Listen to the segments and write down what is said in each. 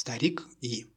Старик И.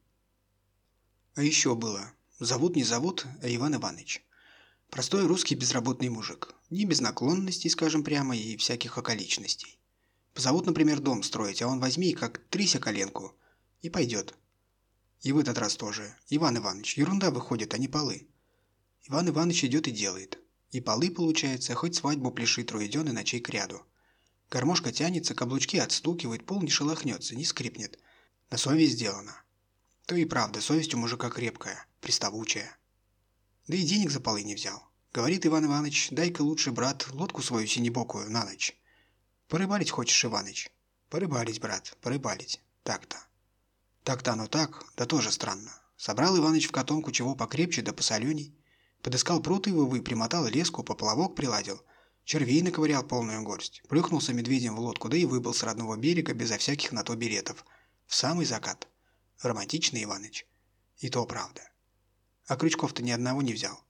А еще было. Зовут не зовут, а Иван Иванович. Простой русский безработный мужик. Ни без наклонностей, скажем прямо, и всяких околичностей. Позовут, например, дом строить, а он возьми, как трися коленку, и пойдет. И в этот раз тоже. Иван Иванович, ерунда выходит, а не полы. Иван Иванович идет и делает. И полы, получается, хоть свадьбу пляши 3 дён и ночей кряду. Гармошка тянется, каблучки отстукивает, пол не шелохнется, не скрипнет. На совесть сделано. То и правда, совесть у мужика крепкая, приставучая. Да и денег за полы не взял. Говорит Иван Иванович, дай-ка лучше, брат, лодку свою синебокую на ночь. Порыбалить хочешь, Иваныч? Порыбалить, брат, порыбалить. Так-то. Так-то оно так, да тоже странно. Собрал Иваныч в котомку чего покрепче да посоленей. Подыскал пруд ивовый, примотал леску, поплавок приладил. Червей наковырял полную горсть. Плюхнулся медведем в лодку, да и выбыл с родного берега безо всяких на то беретов. В самый закат. Романтичный Иваныч. И то правда. А крючков-то ни одного не взял.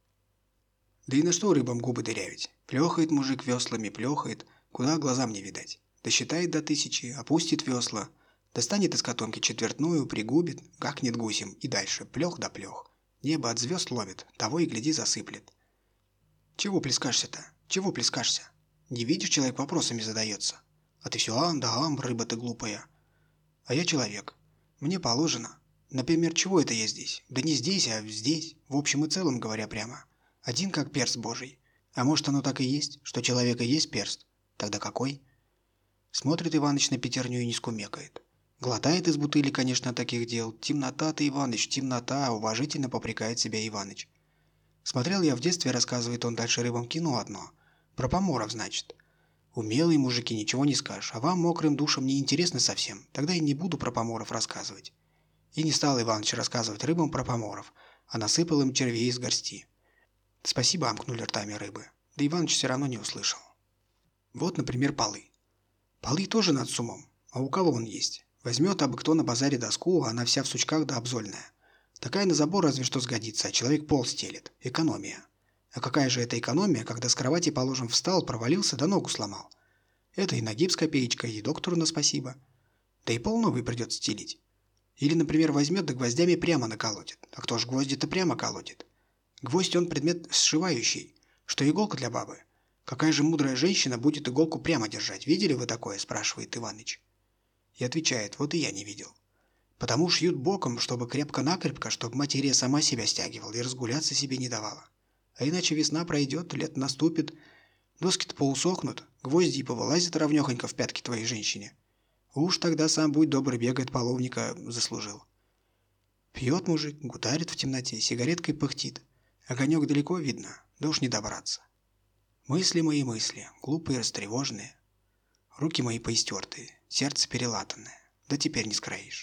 Да и на что рыбам губы дырявить? Плехает мужик веслами, плехает, куда глазам не видать. Досчитает до 1000, опустит весла, достанет из котомки четвертную, пригубит, гакнет гусем и дальше плех да плех. Небо от звезд ловит, того и гляди засыплет. Чего плескашься-то? Чего плескашься? Не видишь, человек вопросами задается. А ты все ам да ам, рыба ты глупая. А я человек. Мне положено. Например, чего это я здесь? Да не здесь, а здесь. В общем и целом, говоря прямо. Один как перст божий. А может оно так и есть, что человека есть перст? Тогда какой? Смотрит Иваныч на пятерню и не скумекает. Глотает из бутыли, конечно, таких дел. Темнота ты, Иваныч, темнота, уважительно попрекает себя Иваныч. Смотрел я в детстве, рассказывает он дальше рыбам, кино одно. Про поморов, значит. Умелые мужики, ничего не скажешь. А вам, мокрым душам, не интересно совсем. Тогда я не буду про поморов рассказывать. И не стал Иваныч рассказывать рыбам про поморов, а насыпал им червей из горсти. Спасибо, амкнули ртами рыбы. Да Иваныч все равно не услышал. Вот, например, полы. Полы тоже над сумом. А у кого он есть? Возьмет абы кто на базаре доску, а она вся в сучках да обзольная. Такая на забор разве что сгодится, а человек пол стелет. Экономия. А какая же это экономия, когда с кровати, положим, встал, провалился, да ногу сломал? Это и на гипс копеечка, и доктору на спасибо. Да и пол новый придется стелить. Или, например, возьмет да гвоздями прямо наколотит. А кто ж гвозди-то прямо колотит? Гвоздь он предмет сшивающий, что иголка для бабы. Какая же мудрая женщина будет иголку прямо держать? Видели вы такое? Спрашивает Иваныч. И отвечает, вот и я не видел. Потому шьют боком, чтобы крепко-накрепко, чтобы материя сама себя стягивала и разгуляться себе не давала. А иначе весна пройдет, лето наступит, доски-то поусохнут, гвозди и повылазят ровнёхонько в пятки твоей женщине. Уж тогда сам будь добрый, бегает половника, заслужил. Пьет мужик, гутарит в темноте, сигареткой пыхтит. Огонек далеко видно, да уж не добраться. Мысли мои мысли, глупые, растревоженные. Руки мои поистертые, сердце перелатанное. Да теперь не скроишь.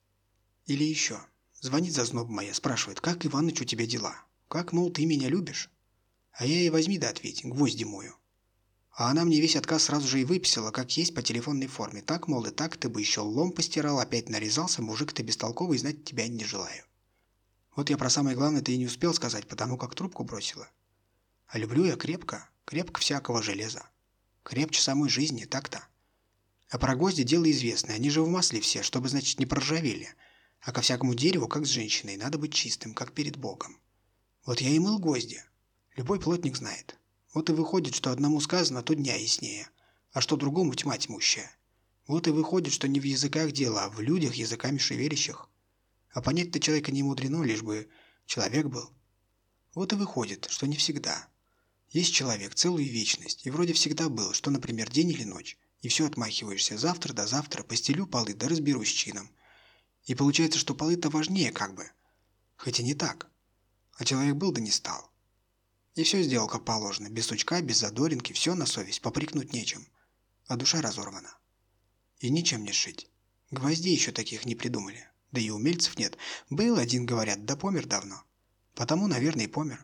Или еще. Звонит зазноб моя, спрашивает, как, Иваныч, у тебя дела? Как, мол, ты меня любишь? А я ей возьми да ответь, гвозди мою. А она мне весь отказ сразу же и выписала, как есть по телефонной форме. Так, мол, и так, ты бы еще лом постирал, опять нарезался, мужик ты бестолковый, знать тебя не желаю. Вот я про самое главное-то и не успел сказать, потому как трубку бросила. А люблю я крепко, крепко всякого железа. Крепче самой жизни, так-то. А про гвозди дело известное, они же в масле все, чтобы, значит, не проржавели. А ко всякому дереву, как с женщиной, надо быть чистым, как перед Богом. Вот я и мыл гвозди. Любой плотник знает. Вот и выходит, что одному сказано, то дня яснее, а что другому тьма тьмущая. Вот и выходит, что не в языках дело, а в людях языками шевелящих. А понять-то человека не мудрено, лишь бы человек был. Вот и выходит, что не всегда. Есть человек целую вечность, и вроде всегда был, что, например, день или ночь, и все отмахиваешься завтра до завтра, постелю полы да разберусь с чином. И получается, что полы-то важнее как бы. Хотя не так. А человек был да не стал. И все сделал как положено, без сучка, без задоринки, все на совесть, попрекнуть нечем. А душа разорвана. И ничем не сшить. Гвоздей еще таких не придумали. Да и умельцев нет. Был один, говорят, да помер давно. Потому, наверное, и помер.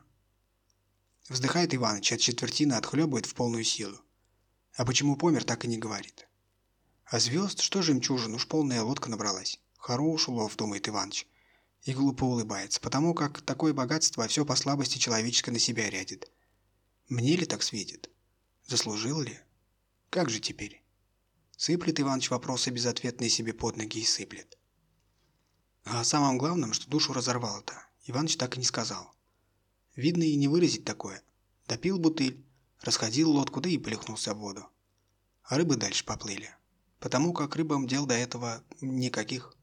Вздыхает Иваныч, от четвертины отхлебывает в полную силу. А почему помер, так и не говорит. А звезд, что жемчужин, уж полная лодка набралась. Хорош улов, думает Иваныч. И глупо улыбается, потому как такое богатство все по слабости человеческой на себя рядит. Мне ли так светит? Заслужил ли? Как же теперь? Сыплет Иваныч вопросы безответные себе под ноги и сыплет. А о самом главном, что душу разорвало-то, Иваныч так и не сказал. Видно и не выразить такое. Допил бутыль, расходил лодку, да и плюхнулся в воду. А рыбы дальше поплыли. Потому как рыбам дел до этого никаких.